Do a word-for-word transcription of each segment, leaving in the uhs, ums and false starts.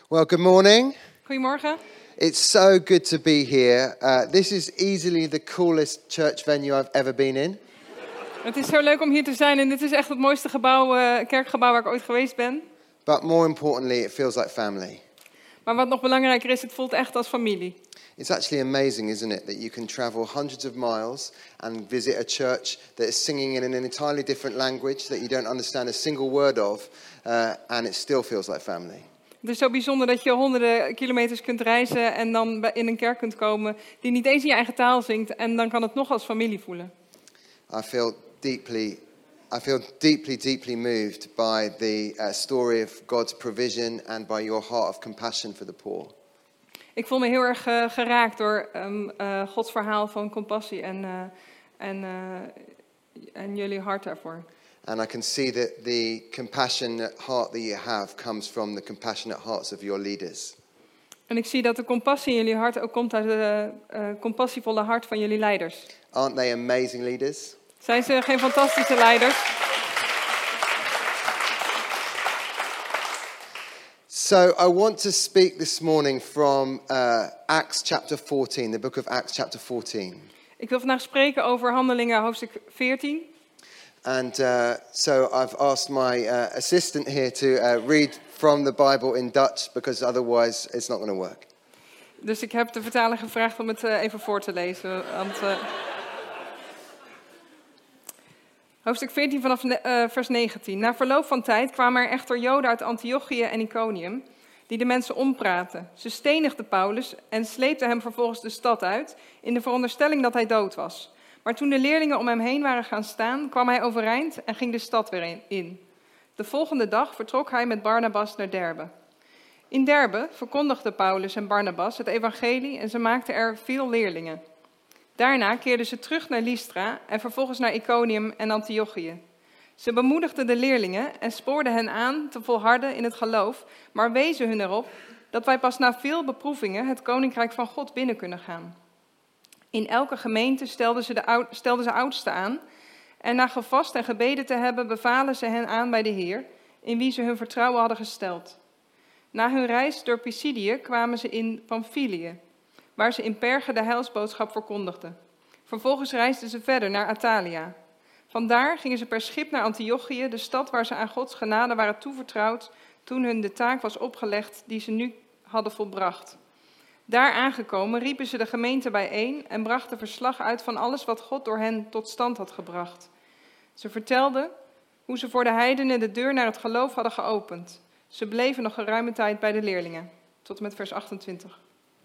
Well, good morning. Goedemorgen. It's so good to be here. Uh, this is easily the coolest church venue I've ever been in. Het is zo leuk om hier te zijn en dit is echt het mooiste gebouw, uh, kerkgebouw waar ik ooit geweest ben. But more importantly, it feels like family. Maar wat nog belangrijker is, het voelt echt als familie. It's actually amazing, isn't it, that you can travel hundreds of miles and visit a church that is singing in an entirely different language that you don't understand a single word of, uh, and it still feels like family. Het is zo bijzonder dat je honderden kilometers kunt reizen en dan in een kerk kunt komen die niet eens in je eigen taal zingt en dan kan het nog als familie voelen. I feel deeply, I feel deeply, deeply moved by the uh, story of God's provision and by your heart of compassion for the poor. Ik voel me heel erg uh, geraakt door um, uh, Gods verhaal van compassie en, uh, en, uh, en jullie hart daarvoor. And I can see that the compassionate heart that you have comes from the compassionate hearts of your leaders. En ik zie dat de compassie in jullie hart ook komt uit het uh, compassievolle hart van jullie leiders. Aren't they amazing leaders? Zijn ze geen fantastische leiders? So I want to speak this morning from uh, Acts chapter fourteen, the book of Acts chapter fourteen. Ik wil vandaag spreken over Handelingen hoofdstuk veertien. And uh, so I've asked my uh, assistant here to uh, read from the Bible in Dutch, because otherwise it's not going to work. Dus ik heb de vertaler gevraagd om het uh, even voor te lezen. Want, uh... Hoofdstuk veertien vanaf ne- uh, vers negentien. Na verloop van tijd kwamen er echter Joden uit Antiochië en Iconium die de mensen ompraten. Ze stenigden Paulus en sleepten hem vervolgens de stad uit in de veronderstelling dat hij dood was. Maar toen de leerlingen om hem heen waren gaan staan, kwam hij overeind en ging de stad weer in. De volgende dag vertrok hij met Barnabas naar Derbe. In Derbe verkondigden Paulus en Barnabas het evangelie en ze maakten er veel leerlingen. Daarna keerden ze terug naar Lystra en vervolgens naar Iconium en Antiochië. Ze bemoedigden de leerlingen en spoorden hen aan te volharden in het geloof, maar wezen hun erop dat wij pas na veel beproevingen het koninkrijk van God binnen kunnen gaan. In elke gemeente stelden ze, de oud, stelden ze oudsten aan en na gevast en gebeden te hebben bevalen ze hen aan bij de Heer, in wie ze hun vertrouwen hadden gesteld. Na hun reis door Pisidië kwamen ze in Pamfilië, waar ze in Perge de heilsboodschap verkondigden. Vervolgens reisden ze verder naar Attalia. Vandaar gingen ze per schip naar Antiochië, de stad waar ze aan Gods genade waren toevertrouwd toen hun de taak was opgelegd die ze nu hadden volbracht. Daar aangekomen riepen ze de gemeente bijeen en brachten verslag uit van alles wat God door hen tot stand had gebracht. Ze vertelden hoe ze voor de heidenen de deur naar het geloof hadden geopend. Ze bleven nog geruime tijd bij de leerlingen. Tot en met vers achtentwintig.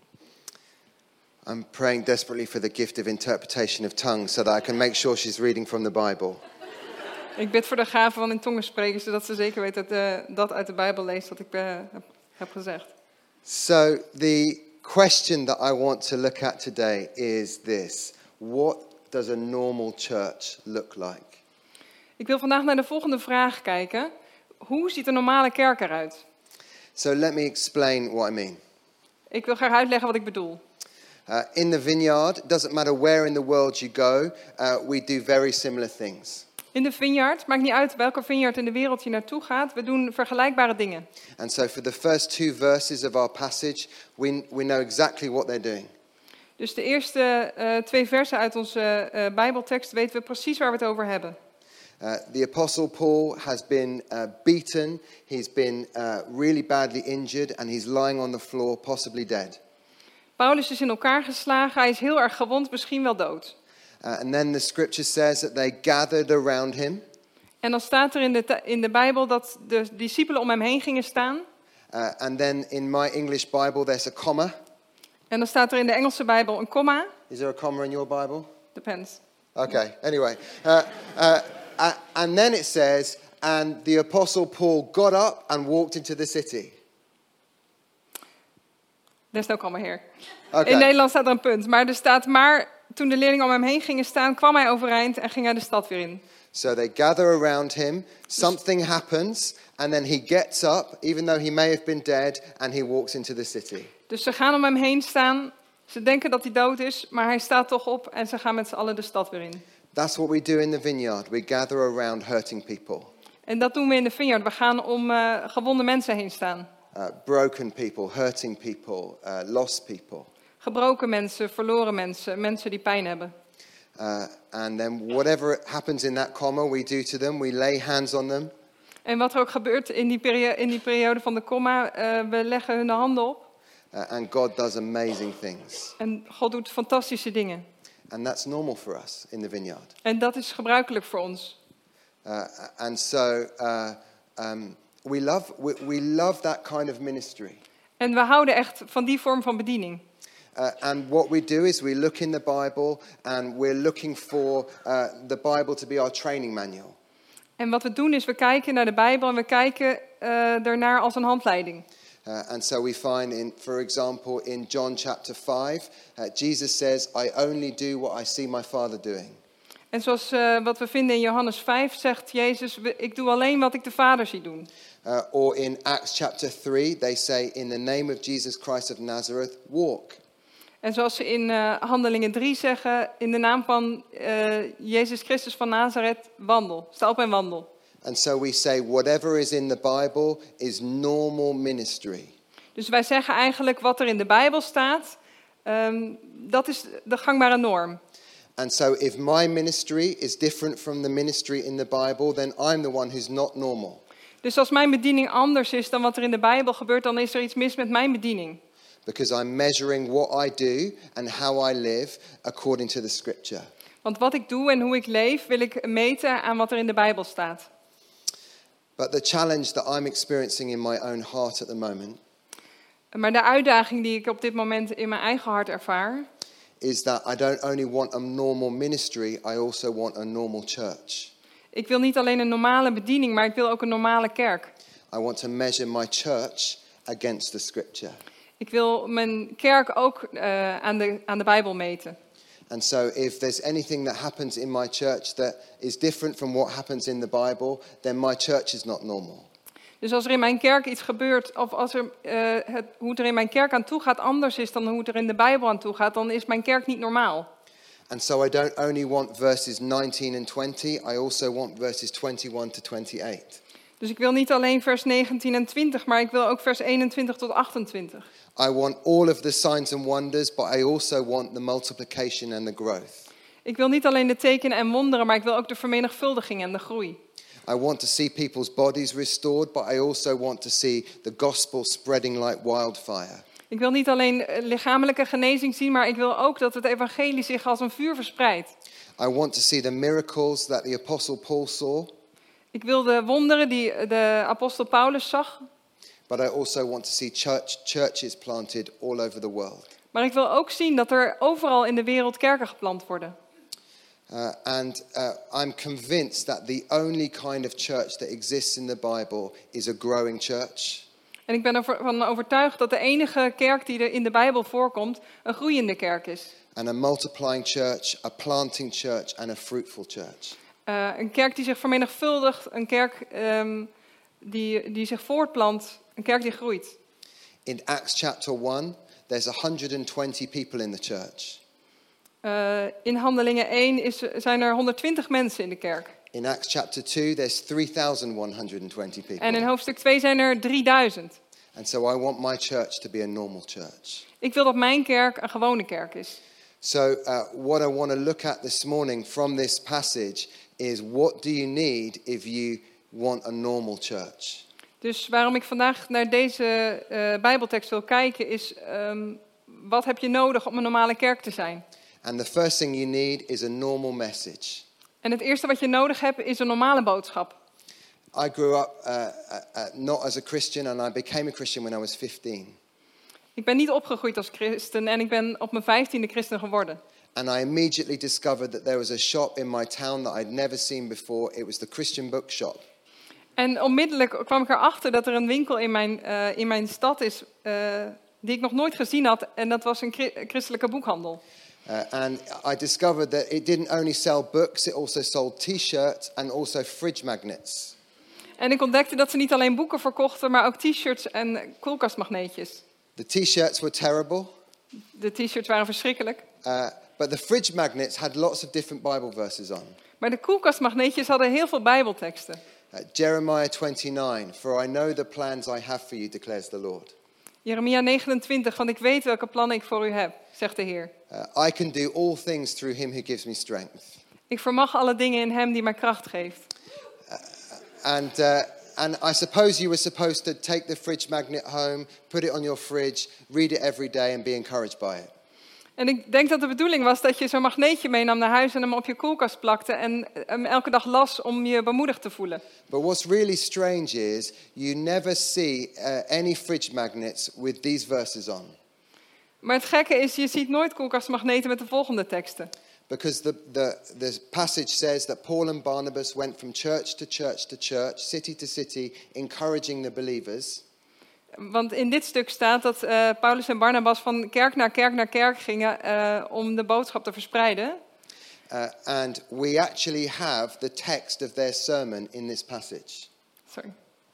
I'm praying desperately for the gift of interpretation of tongues so that I can make sure she's reading from the Bible. Ik bid voor de gave van in tongen spreken, zodat ze zeker weet dat uh, dat uit de Bijbel leest wat ik uh, heb, heb gezegd. So the question that I want to look at today is this. What does a normal church look like? Ik wil vandaag naar de volgende vraag kijken. Hoe ziet een normale kerk eruit? So let me explain what I mean. Ik wil graag uitleggen wat ik bedoel. Uh, in the vineyard, it doesn't matter where in the world you go, uh, we do very similar things. In de vineyard, maakt niet uit welke vineyard in de wereld je naartoe gaat, we doen vergelijkbare dingen. And so for the first two verses of our passage, we, we know exactly what they're doing. Dus de eerste uh, twee versen uit onze uh, Bijbeltekst weten we precies waar we het over hebben. Uh, the Apostle Paul has been uh, beaten, he's been uh, really badly injured, and he's lying on the floor, possibly dead. Paulus is in elkaar geslagen, hij is heel erg gewond, misschien wel dood. Uh, and then the scripture says that they gathered around him. En dan staat er in de, in de Bijbel dat de discipelen om hem heen gingen staan. Uh, and then in my English Bible there's a comma. En dan staat er in de Engelse Bijbel een komma. Is there a comma in your Bible? Depends. Okay, anyway. Uh, uh, uh, and then it says, and the Apostle Paul got up and walked into the city. There's no comma here. Okay. In Nederland staat er een punt. Maar er staat, maar toen de leerlingen om hem heen gingen staan, kwam hij overeind en ging hij de stad weer in. So they gather around him, something happens, and then he gets up, even though he may have been dead, and he walks into the city. Dus ze gaan om hem heen staan, ze denken dat hij dood is, maar hij staat toch op en ze gaan met z'n allen de stad weer in. That's what we do in the vineyard. We gather around hurting people. En dat doen we in de vineyard. We gaan om uh, gewonde mensen heen staan. uh, broken people, hurting people, uh, lost people. Gebroken mensen, verloren mensen, mensen die pijn hebben. Uh, and then whatever happens in that comma we do to them, we lay hands on them. En wat er ook gebeurt in die, perio- in die periode van de komma, uh, we leggen hun de handen op. Uh, and God does amazing things. En God doet fantastische dingen. And that's normal for us in the vineyard. En dat is gebruikelijk voor ons. Uh, and so uh, um, we, love, we, we love that kind of ministry. En we houden echt van die vorm van bediening. Uh, and what we do is we look in the Bible and we're looking for uh, the Bible to be our training manual. En wat we doen is we kijken naar de Bijbel en we kijken uh, ernaar als een handleiding. Uh, and so we find, in, for example, in John chapter five, uh, Jesus says, I only do what I see my Father doing. En zoals uh, wat we vinden in Johannes vijf zegt Jezus, ik doe alleen wat ik de Vader zie doen. Uh, or in Acts chapter three, they say, in the name of Jesus Christ of Nazareth, walk. En zoals ze in uh, Handelingen drie zeggen, in de naam van uh, Jezus Christus van Nazareth, wandel. Sta op en wandel. And so we say, whatever is in the Bible is normal ministry. Dus wij zeggen eigenlijk wat er in de Bijbel staat, um, dat is de gangbare norm. And so if my ministry is different from the ministry in the Bible, then I'm the one who's not normal. Dus als mijn bediening anders is dan wat er in de Bijbel gebeurt, dan is er iets mis met mijn bediening. Because I'm measuring what I do and how I live according to the scripture. Want wat ik doe en hoe ik leef, wil ik meten aan wat er in de Bijbel staat. But the challenge that I'm experiencing in my own heart at the moment Maar de uitdaging die ik op dit moment in mijn eigen hart ervaar, is that I don't only want a normal ministry, I also want a normal church. ik wil niet alleen een normale bediening, maar ik wil ook een normale kerk. I want to measure my church against the scripture. Ik wil mijn kerk ook uh, aan, de, aan de Bijbel meten. And so if there's anything that happens in my church that is different from what happens in the Bible, then my church is not normal. Dus als er in mijn kerk iets gebeurt, of als er, uh, het, hoe het er in mijn kerk aan toe gaat anders is dan hoe het er in de Bijbel aan toe gaat, dan is mijn kerk niet normaal. And so I don't only want verses nineteen and twenty, I also want verses twenty-one to twenty-eight. Dus ik wil niet alleen vers negentien en twintig, maar ik wil ook vers eenentwintig tot achtentwintig. I want all of the signs and wonders, but I also want the multiplication and the growth. Ik wil niet alleen de tekenen en wonderen, maar ik wil ook de vermenigvuldiging en de groei. I want to see people's bodies restored, but I also want to see the gospel spreading like wildfire. Ik wil niet alleen lichamelijke genezing zien, maar ik wil ook dat het evangelie zich als een vuur verspreidt. I want to see the miracles that the apostle Paul saw. Ik wil de wonderen die de apostel Paulus zag. But I also want to see church, churches planted all over the world. Maar ik wil ook zien dat er overal in de wereld kerken geplant worden. Uh, and uh, I'm convinced that the only kind of church that exists in the Bible is a growing church. En ik ben ervan overtuigd dat de enige kerk die er in de Bijbel voorkomt een groeiende kerk is. And a multiplying church, a planting church and a fruitful church. Uh, een kerk die zich vermenigvuldigt, een kerk um, die, die zich voortplant, een kerk die groeit. In Acts chapter one, there's one hundred twenty people in the church. Uh, in Handelingen één is, zijn er honderdtwintig mensen in de kerk. In Acts chapter two, there's three thousand one hundred twenty people. En in hoofdstuk twee zijn er drieduizend. And so I want my church to be a normal church. Ik wil dat mijn kerk een gewone kerk is. So uh, what I want to look at this morning from this passage is what do you need if you want a normal church? Dus waarom ik vandaag naar deze uh, Bijbeltekst wil kijken is, um, wat heb je nodig om een normale kerk te zijn? And the first thing you need is a normal message. En het eerste wat je nodig hebt is een normale boodschap. I grew up uh, uh, uh, not as a Christian and I became a Christian when I was fifteen. Ik ben niet opgegroeid als christen en ik ben op mijn vijftiende christen geworden. And I immediately discovered that there was a shop in my town that I'd never seen before. It was the Christian bookshop. En onmiddellijk kwam ik erachter dat er een winkel in mijn, uh, in mijn stad is uh, die ik nog nooit gezien had. En dat was een chri- christelijke boekhandel. Uh, and I discovered that it didn't only sell books, it also sold t-shirts and also fridge magnets. En ik ontdekte dat ze niet alleen boeken verkochten, maar ook t-shirts en koelkastmagneetjes. The t-shirts were terrible. De t-shirts waren verschrikkelijk. Uh, but the fridge magnets had lots of different Bible verses on. Maar de koelkastmagneetjes hadden heel veel Bijbelteksten. Uh, Jeremiah twenty-nine, for I know the plans I have for you, declares the Lord. Jeremia negenentwintig, want ik weet welke plannen ik voor u heb, zegt de Heer. Uh, I can do all things through him who gives me strength. Ik vermag alle dingen in hem die mij kracht geeft. Uh, and, uh, and I suppose you were supposed to take the fridge magnet home, put it on your fridge, read it every day and be encouraged by it. En ik denk dat de bedoeling was dat je zo'n magneetje meenam naar huis en hem op je koelkast plakte en hem elke dag las om je bemoedigd te voelen. But what's really strange is you never see uh, any fridge magnets with these verses on. Maar het gekke is, je ziet nooit koelkastmagneten met de volgende teksten. Because the, the, the passage says that Paul and Barnabas went from church to church to church, city to city, encouraging the believers. Want in dit stuk staat dat uh, Paulus en Barnabas van kerk naar kerk naar kerk gingen uh, om de boodschap te verspreiden. Uh, and we actually have the text of their sermon in this passage. Sorry.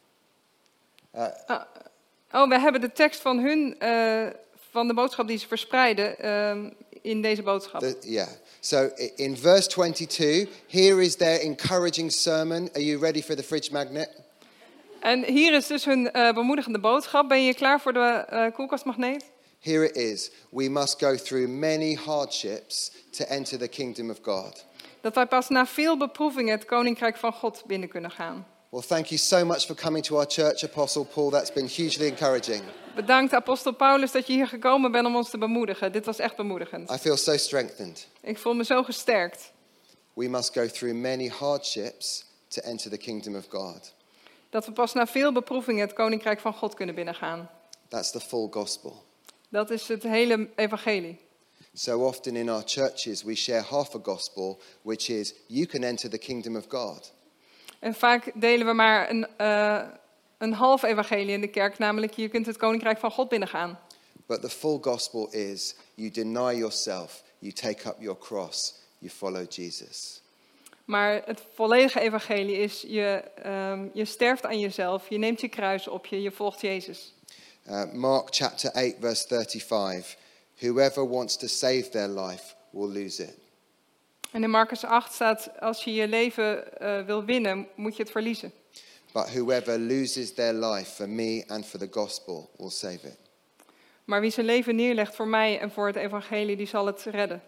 Uh, ah, oh, we hebben de tekst van hun, uh, van de boodschap die ze verspreiden, uh, in deze boodschap. the, yeah. So i- in verse twenty-two, here is their encouraging sermon. Are you ready for the fridge magnet? En hier is dus hun uh, bemoedigende boodschap. Ben je klaar voor de uh, koelkastmagneet? Here it is. We must go through many hardships to enter the kingdom of God. Dat wij pas na veel beproevingen het koninkrijk van God binnen kunnen gaan. Well, thank you so much for coming to our church, Apostle Paul. That's been hugely encouraging. Bedankt apostel Paulus dat je hier gekomen bent om ons te bemoedigen. Dit was echt bemoedigend. I feel so strengthened. Ik voel me zo gesterkt. We must go through many hardships to enter the kingdom of God. Dat we pas na veel beproevingen het koninkrijk van God kunnen binnengaan. That's the full gospel. Dat is het hele evangelie. So often in our churches we share half a gospel, which is you can enter the kingdom of God. En vaak delen we maar een, uh, een half evangelie in de kerk, namelijk je kunt het koninkrijk van God binnengaan. But the full gospel is you deny yourself, you take up your cross, you follow Jesus. Maar het volledige evangelie is, je, um, je sterft aan jezelf, je neemt je kruis op je, je volgt Jezus. Uh, Mark chapter eight verse thirty-five. Whoever wants to save their life will lose it. En in Marcus acht staat, als je je leven uh, wil winnen, moet je het verliezen. But whoever loses their life for me and for the gospel will save it. Maar wie zijn leven neerlegt voor mij en voor het evangelie, die zal het redden.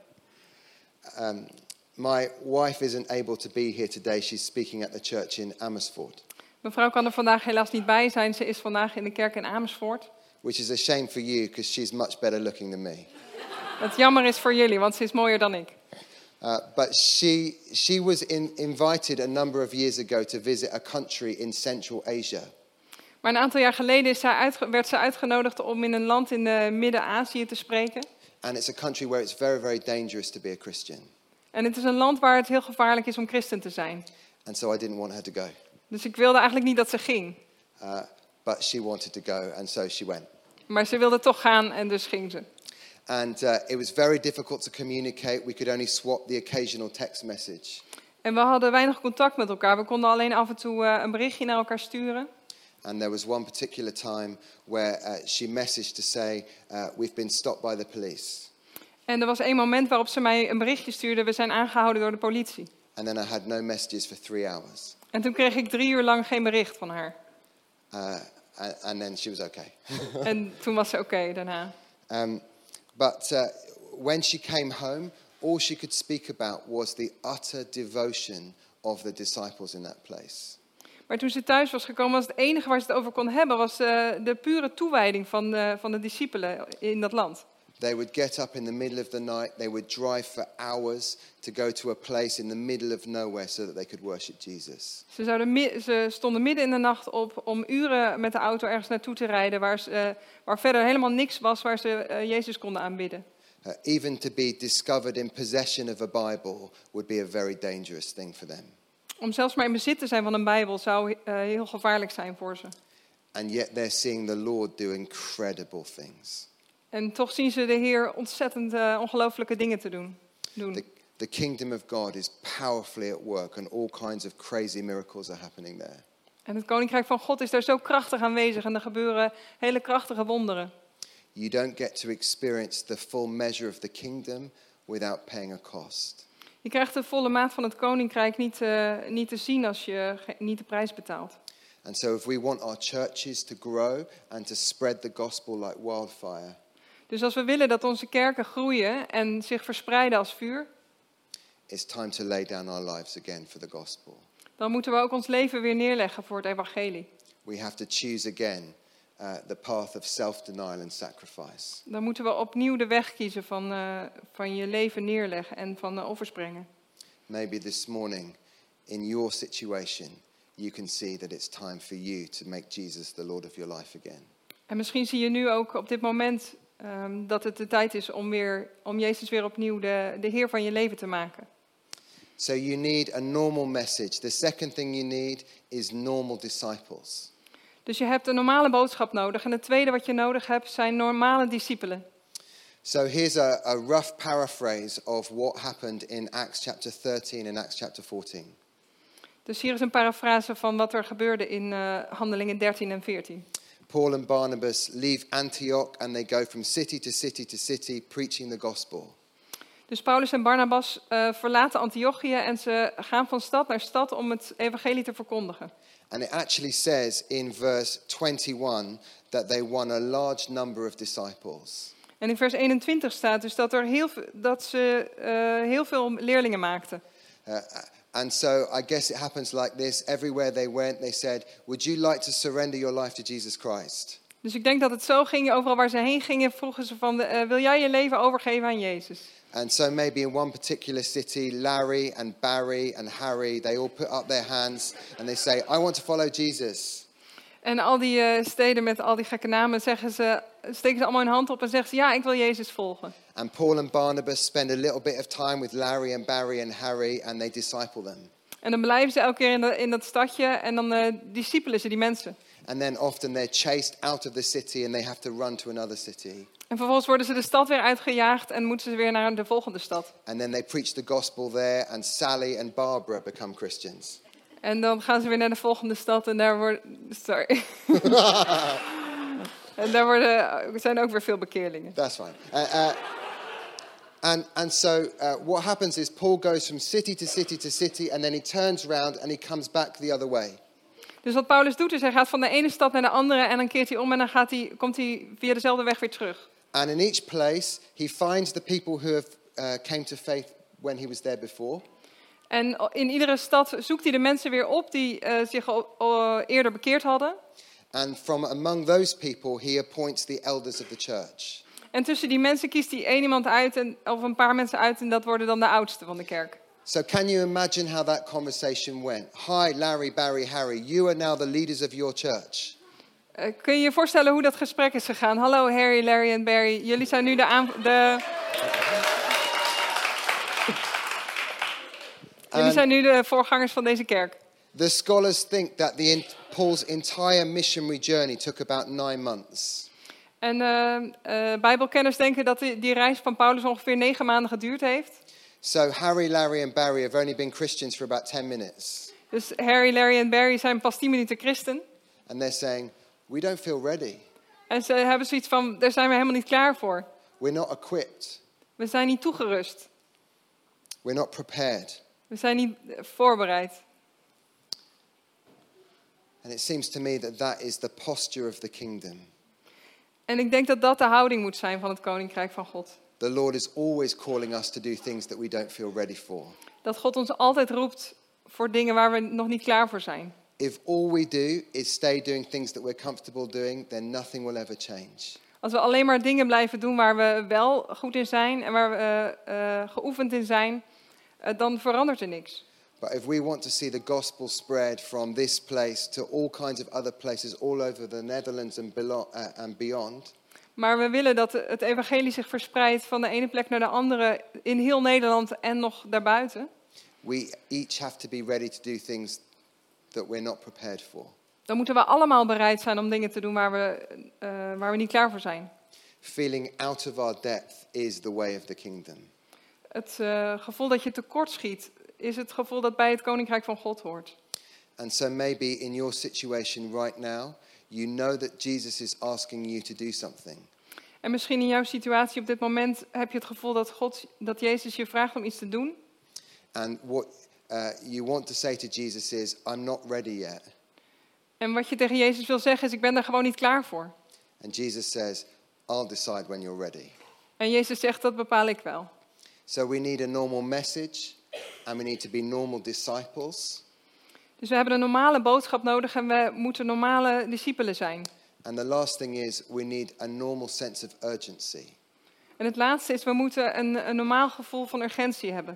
Um, my wife isn't able to be here today. She's speaking at the church in Amersfoort, Mevrouw kan er vandaag helaas niet bij zijn. Ze is vandaag in de kerk in Amersfoort. which is a shame for you because she's much better looking than me. Wat jammer is voor jullie, want ze is mooier dan ik. Uh, but she, she was in, invited a number of years ago to visit a country in Central Asia. Maar een aantal jaar geleden is zij uitge- werd ze uitgenodigd om in een land in uh, Midden-Azië te spreken. And it's a country where it's very, very dangerous to be a Christian. En het is een land waar het heel gevaarlijk is om christen te zijn. And so I didn't want her to go. Dus ik wilde eigenlijk niet dat ze ging. Uh, but she wanted to go, and so she went. Maar ze wilde toch gaan en dus ging ze. And uh, it was very difficult to communicate. We could only swap the occasional text message. En we hadden weinig contact met elkaar. We konden alleen af en toe uh, een berichtje naar elkaar sturen. And there was one particular time where uh, she messaged to say, uh, we've been stopped by the police. En er was één moment waarop ze mij een berichtje stuurde. We zijn aangehouden door de politie. And then I had no messages for three hours. En toen kreeg ik drie uur lang geen bericht van haar. Uh, and, and then she was okay. En toen was ze oké okay, daarna. um, but uh, when she came home, all she could speak about was the utter devotion of the disciples in that place. Maar toen ze thuis was gekomen, was het enige waar ze het over kon hebben, was uh, de pure toewijding van de, van de discipelen in dat land. They would get up in the middle of the night. They would drive for hours to go to a place in the middle of nowhere so that they could worship Jesus. Ze, zouden mi- ze stonden midden in de nacht op om uren met de auto ergens naartoe te rijden, waar, ze, uh, waar verder helemaal niks was, waar ze uh, Jezus konden aanbidden. Uh, even to be discovered in possession of a Bible would be a very dangerous thing for them. Om zelfs maar in bezit te zijn van een Bijbel zou uh, heel gevaarlijk zijn voor ze. And yet they're seeing the Lord do incredible things. En toch zien ze de Heer ontzettend uh, ongelooflijke dingen te doen. doen. The, the kingdom of God is powerfully at work and all kinds of crazy miracles are happening there. En het Koninkrijk van God is daar zo krachtig aanwezig en er gebeuren hele krachtige wonderen. You don't get to experience the full measure of the kingdom without paying a cost. Je krijgt de volle maat van het koninkrijk niet, uh, niet te zien als je ge- niet de prijs betaalt. And so if we want our churches to grow and to spread the gospel like wildfire, Dus als we willen dat onze kerken groeien en zich verspreiden als vuur, it's time to lay down our lives again for the gospel. dan moeten we ook ons leven weer neerleggen voor het evangelie. We have to choose again uh, the path of self-denial and sacrifice. Dan moeten we opnieuw de weg kiezen van, uh, van je leven neerleggen en van uh, offers brengen. Maybe this morning, in your situation, you can see that it's time for you to make Jesus the Lord of your life again. En misschien zie je nu ook op dit moment um, dat het de tijd is om, weer, om Jezus weer opnieuw de, de Heer van je leven te maken. So you need a normal message. The second thing you need is normal disciples. Dus je hebt een normale boodschap nodig. En het tweede wat je nodig hebt zijn normale discipelen. So here's a, a rough paraphrase of what happened in Acts chapter thirteen and Acts chapter fourteen. Dus hier is een parafrase van wat er gebeurde in uh, Handelingen dertien en veertien. Paul and Barnabas leave Antioch and they go from city to city to city preaching the gospel. Dus Paulus en Barnabas uh, verlaten Antiochië en ze gaan van stad naar stad om het evangelie te verkondigen. And it actually says in verse twenty-one that they won a large number of disciples. En in vers eenentwintig staat dus dat, er heel, dat ze uh, heel veel leerlingen maakten. Uh, and so I guess it happens like this. Everywhere they went, they said, would you like to surrender your life to Jesus Christ? Dus ik denk dat het zo ging, overal waar ze heen gingen, vroegen ze van, uh, wil jij je leven overgeven aan Jezus? And so maybe in one particular city, Larry and Barry and Harry, they all put up their hands and they say, I want to follow Jesus. En al die uh, steden met al die gekke namen zeggen ze, steken ze allemaal hun hand op en zeggen ze, ja, ik wil Jezus volgen. And Paul and Barnabas spend a little bit of time with Larry and Barry and Harry and they disciple them. En dan blijven ze elke keer in, de, in dat stadje en dan uh, discipelen ze die mensen. And then often they're chased out of the city and they have to run to another city. En vervolgens worden ze de stad weer uitgejaagd en moeten ze weer naar de volgende stad. And then they preach the gospel there and Sally and Barbara become Christians. En dan gaan ze weer naar de volgende stad en daar worden... Sorry. en daar worden, zijn ook weer veel bekeerlingen. That's fine. Uh, uh, and, and so uh, what happens is Paul goes from city to city to city and then he turns around and he comes back the other way. Dus wat Paulus doet is hij gaat van de ene stad naar de andere en dan keert hij om en dan gaat hij, komt hij via dezelfde weg weer terug. And in each place he finds the people who have uh, came to faith when he was there before. En in iedere stad zoekt hij de mensen weer op die uh, zich al, al eerder bekeerd hadden. And from among those people he appoints the elders of the church. En tussen die mensen kiest hij één iemand uit, en, of een paar mensen uit en dat worden dan de oudsten van de kerk. So can you imagine how that conversation went? Hi, Larry, Barry, Harry, you are now the leaders of your church. Uh, kun je je voorstellen hoe dat gesprek is gegaan? Hallo Harry, Larry en Barry, jullie zijn nu de... Aan, de... jullie zijn nu de voorgangers van deze kerk. The scholars think that the in, Paul's entire missionary journey took about nine months. En uh, uh, Bijbelkenners denken dat die, die reis van Paulus ongeveer negen maanden geduurd heeft. So Harry, Larry and Barry have only been Christians for about ten minutes. Dus Harry, Larry en Barry zijn pas tien minuten christen. And they're saying, we don't feel ready. En ze hebben zoiets van, daar zijn we helemaal niet klaar voor. We're not equipped. We zijn niet toegerust. We're not prepared. We zijn niet uh, voorbereid. And it seems to me that that is the posture of the kingdom. En ik denk dat dat de houding moet zijn van het Koninkrijk van God. The Lord is always calling us to do things that we don't feel ready for. Dat God ons altijd roept voor dingen waar we nog niet klaar voor zijn. If all we do is stay doing things that we're comfortable doing, then nothing will ever change. Als we alleen maar dingen blijven doen waar we wel goed in zijn en waar we uh, uh, geoefend in zijn, uh, dan verandert er niks. But if we want to see the gospel spread from this place to all kinds of other places all over the Netherlands and belo- uh, and beyond, Maar we willen dat het evangelie zich verspreidt van de ene plek naar de andere in heel Nederland en nog daarbuiten. we each have to be ready to do things that we're not prepared for. Dan moeten we allemaal bereid zijn om dingen te doen waar we, uh, waar we niet klaar voor zijn. Feeling out of our depth is the way of the kingdom. Het uh, gevoel dat je tekortschiet is het gevoel dat bij het Koninkrijk van God hoort. And so maybe in your situation right now, you know that Jesus is asking you to do something. En misschien in jouw situatie op dit moment heb je het gevoel dat God, dat Jezus je vraagt om iets te doen. And what uh, you want to say to Jesus is, I'm not ready yet. En wat je tegen Jezus wil zeggen is, ik ben daar gewoon niet klaar voor. And Jesus says, I'll decide when you're ready. En Jezus zegt, dat bepaal ik wel. So we need a normal message, and we need to be normal disciples. Dus we hebben een normale boodschap nodig en we moeten normale discipelen zijn. And the last thing is, we need a normal sense of urgency. En het laatste is, we moeten een, een normaal gevoel van urgentie hebben.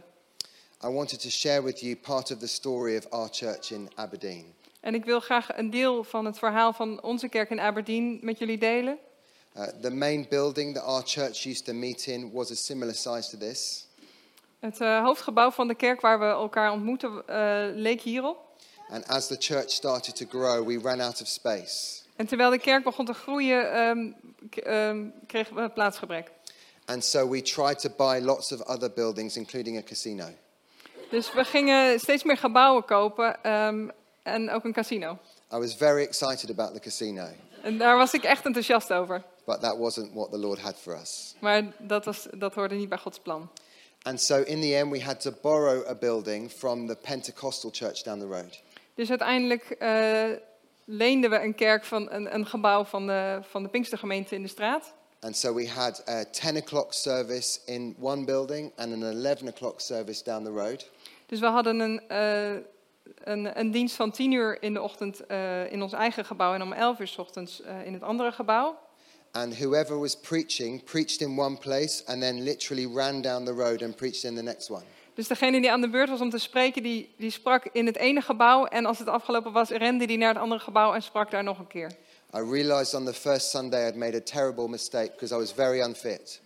I wanted to share with you part of the story of our church in Aberdeen. En ik wil graag een deel van het verhaal van onze kerk in Aberdeen met jullie delen. Uh, the main building that our church used to meet in was a similar size to this. Het uh, hoofdgebouw van de kerk waar we elkaar ontmoeten uh, leek hierop. And as the church started to grow, we ran out of space. En terwijl de kerk begon te groeien, um, k- um, kregen we plaatsgebrek. And so we tried to buy lots of other buildings, including a casino. Dus we gingen steeds meer gebouwen kopen um, en ook een casino. I was very excited about the casino, En daar was ik echt enthousiast over. but that wasn't what the Lord had for us. Maar dat, was, dat hoorde niet bij Gods plan. And so in the end, we had to borrow a building from the Pentecostal church down the road. Dus uiteindelijk uh, leenden we een kerk van een, een gebouw van de, van de Pinkstergemeente in de straat. And so we had a ten o'clock service in one building and an eleven o'clock service down the road. Dus we hadden een, uh, een, een dienst van tien uur in de ochtend uh, in ons eigen gebouw en om elf uur 's ochtends uh, in het andere gebouw. And whoever was preaching, preached in one place and then literally ran down the road and preached in the next one. Dus degene die aan de beurt was om te spreken, die, die sprak in het ene gebouw. En als het afgelopen was, rende die naar het andere gebouw en sprak daar nog een keer. I realized on the first Sunday I'd made a terrible mistake because I was very unfit.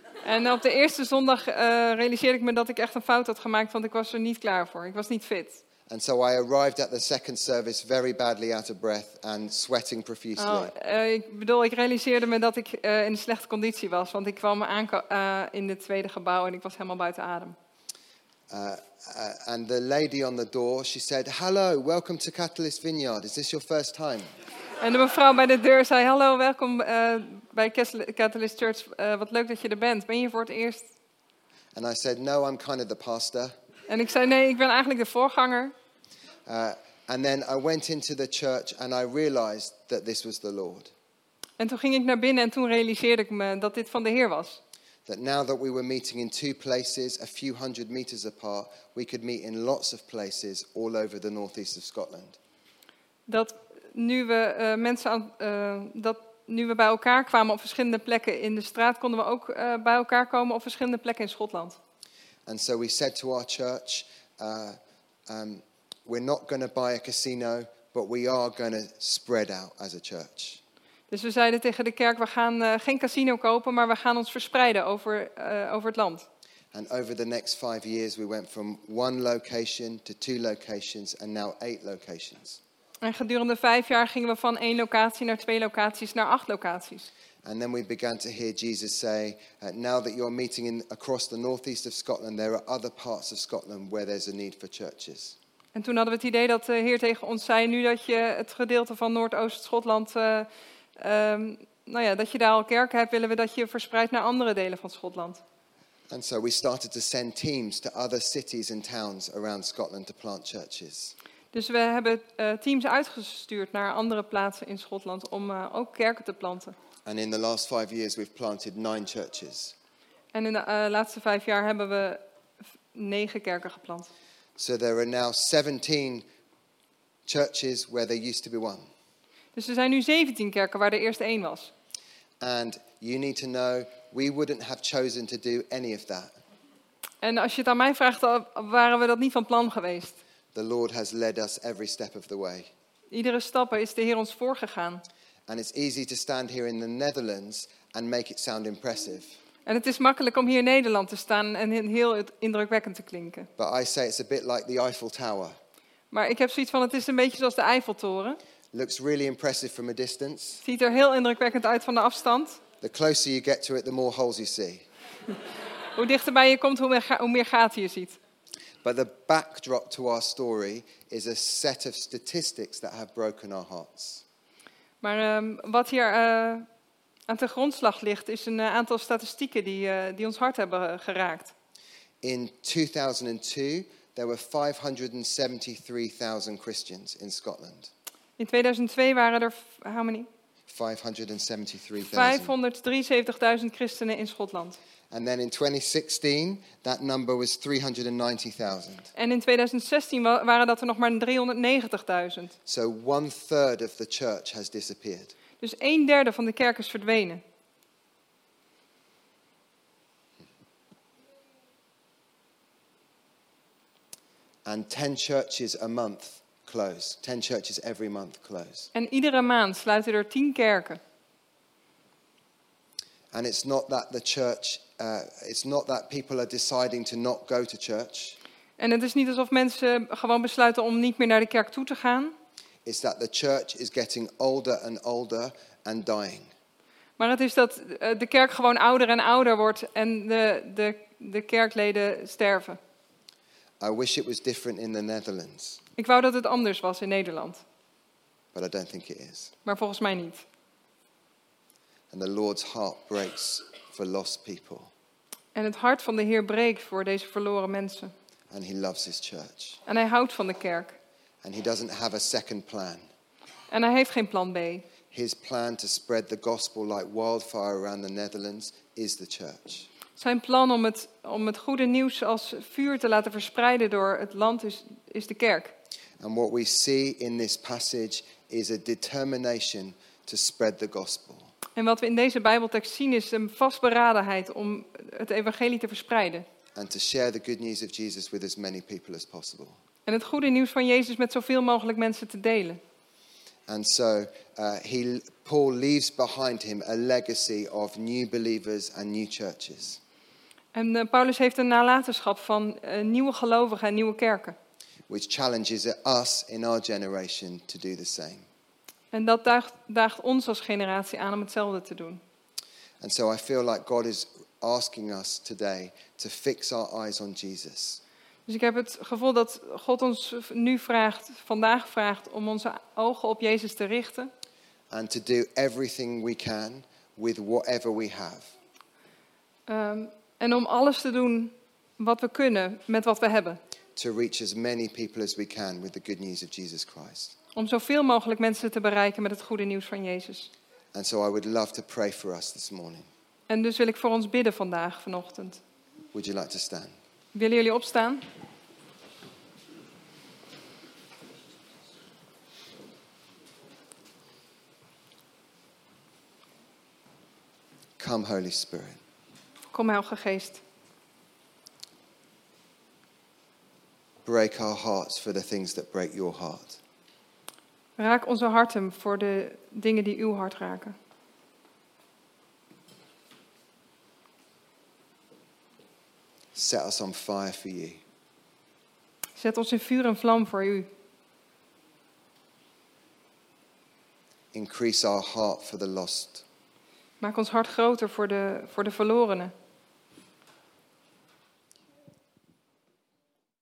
En op de eerste zondag uh, realiseerde ik me dat ik echt een fout had gemaakt, want ik was er niet klaar voor. Ik was niet fit. And so I arrived at the second service very badly out of breath and sweating profusely. Oh, uh, ik bedoel, ik realiseerde me dat ik uh, in een slechte conditie was, want ik kwam aan uh, in het tweede gebouw en ik was helemaal buiten adem. Uh, uh, and the lady on the door, she said, "Hello, welcome to Catalyst Vineyard. Is this your first time?" En de mevrouw bij de deur zei, hallo, welkom uh, bij Catalyst Church. Uh, wat leuk dat je er bent. Ben je hier voor het eerst? And I said, "No, I'm kind of the pastor." En ik zei, nee, ik ben eigenlijk de voorganger. Uh, and then I went into the church and I realized that this was the Lord. En toen ging ik naar binnen en toen realiseerde ik me dat dit van de Heer was. That now that we were meeting in two places, a few hundred meters apart, we could meet in lots of places all over the northeast of Scotland. Dat nu we uh, mensen aan, uh, dat nu we bij elkaar kwamen op verschillende plekken in de straat, konden we ook uh, bij elkaar komen op verschillende plekken in Schotland. And so we said to our church, uh, um, we're not going to buy a casino, but we are going to spread out as a church. Dus we zeiden tegen de kerk, we gaan uh, geen casino kopen, maar we gaan ons verspreiden over, uh, over het land. And over the next five years, we went from one location to two locations and now eight locations. En gedurende vijf jaar gingen we van één locatie naar twee locaties naar acht locaties. And then we began to hear Jesus say, uh, now that you're meeting in, across the northeast of Scotland, there are other parts of Scotland where there's a need for churches. En toen hadden we het idee dat de Heer tegen ons zei, nu dat je het gedeelte van Noordoost-Schotland, uh, um, nou ja, dat je daar al kerken hebt, willen we dat je verspreidt naar andere delen van Schotland. And so we started to send teams to other cities and towns around Scotland to plant churches. Dus we hebben uh, teams uitgestuurd naar andere plaatsen in Schotland om uh, ook kerken te planten. And in the last five years, we've planted nine churches. En in de uh, laatste vijf jaar hebben we negen kerken geplant. So there are now seventeen churches where there used to be one. Dus er zijn nu zeventien kerken waar er eerst één was. And you need to know, we wouldn't have chosen to do any of that. En als je het aan mij vraagt, dan waren we dat niet van plan geweest. The Lord has led us every step of the way. Iedere stap is de Heer ons voorgegaan. And it's easy to stand here in the Netherlands and make it sound impressive. En het is makkelijk om hier in Nederland te staan en heel indrukwekkend te klinken. But I say it's a bit like the Eiffel Tower. Maar ik heb zoiets van, het is een beetje zoals de Eiffeltoren. Looks really impressive from a distance. Ziet er heel indrukwekkend uit van de afstand. The closer you get to it, the more holes you see. Hoe dichterbij je komt, hoe meer, hoe meer gaten je ziet. But the backdrop to our story is a set of statistics that have broken our hearts. Maar um, wat hier uh, aan ten grondslag ligt, is een uh, aantal statistieken die, uh, die ons hart hebben geraakt. In two thousand two, there were five hundred seventy-three thousand Christians in Scotland. In tweeduizend twee waren er, how many? five hundred seventy-three thousand. vijfhonderddrieënzeventigduizend christenen in Schotland. And then in twenty sixteen, that number was three hundred ninety thousand. En in tweeduizend zestien wa- waren dat er nog maar driehonderdnegentigduizend. So one third of the church has disappeared. Dus een derde van de kerk is verdwenen. And ten churches a month close. ten churches every month close. En iedere maand sluiten er tien kerken. And it's not that the church, uh, it's not that people are deciding to not go to church. En het is niet alsof mensen gewoon besluiten om niet meer naar de kerk toe te gaan. It's that the church is getting older and older and dying. Maar het is dat eh, de kerk gewoon ouder en ouder wordt en de, de, de kerkleden sterven. I wish it was different in the Netherlands, Ik wou dat het anders was in Nederland. but I don't think it is. Maar volgens mij niet. And the Lord's heart breaks for lost people. En het hart van de Heer breekt voor deze verloren mensen. And he loves his church. En hij houdt van de kerk. And he doesn't have a second plan. En hij heeft geen plan B. His plan to spread the gospel like wildfire around the Netherlands is the church. Zijn plan om het, om het goede nieuws als vuur te laten verspreiden door het land is, is de kerk. And what we see in this passage is a determination to spread the gospel. En wat we in deze Bijbeltekst zien is een vastberadenheid om het evangelie te verspreiden. And to share the good news of Jesus with as many people as possible. En het goede nieuws van Jezus met zoveel mogelijk mensen te delen. And so uh, he, Paul leaves behind him a legacy of new believers and new churches. En uh, Paulus heeft een nalatenschap van uh, nieuwe gelovigen en nieuwe kerken. Which challenges us in our generation to do the same. En dat daagt, daagt ons als generatie aan om hetzelfde te doen. And so I feel like God is asking us today to fix our eyes on Jesus. Dus ik heb het gevoel dat God ons nu vraagt, vandaag vraagt, om onze ogen op Jezus te richten. And to do everything we can with whatever we have. Um, en om alles te doen wat we kunnen met wat we hebben. To reach as many people as we can with the good news of Jesus Christ. Om zoveel mogelijk mensen te bereiken met het goede nieuws van Jezus. And so I would love to pray for us this morning. En dus wil ik voor ons bidden vandaag, vanochtend. Would you like to stand? Willen jullie opstaan? Come, Holy Spirit. Kom, Heilige Geest. Break our hearts for the things that break your heart. Raak onze harten voor de dingen die uw hart raken. Set us on fire for you. Zet ons in vuur en vlam voor u. Increase our heart for the lost. Maak ons hart groter voor de, voor de verlorenen.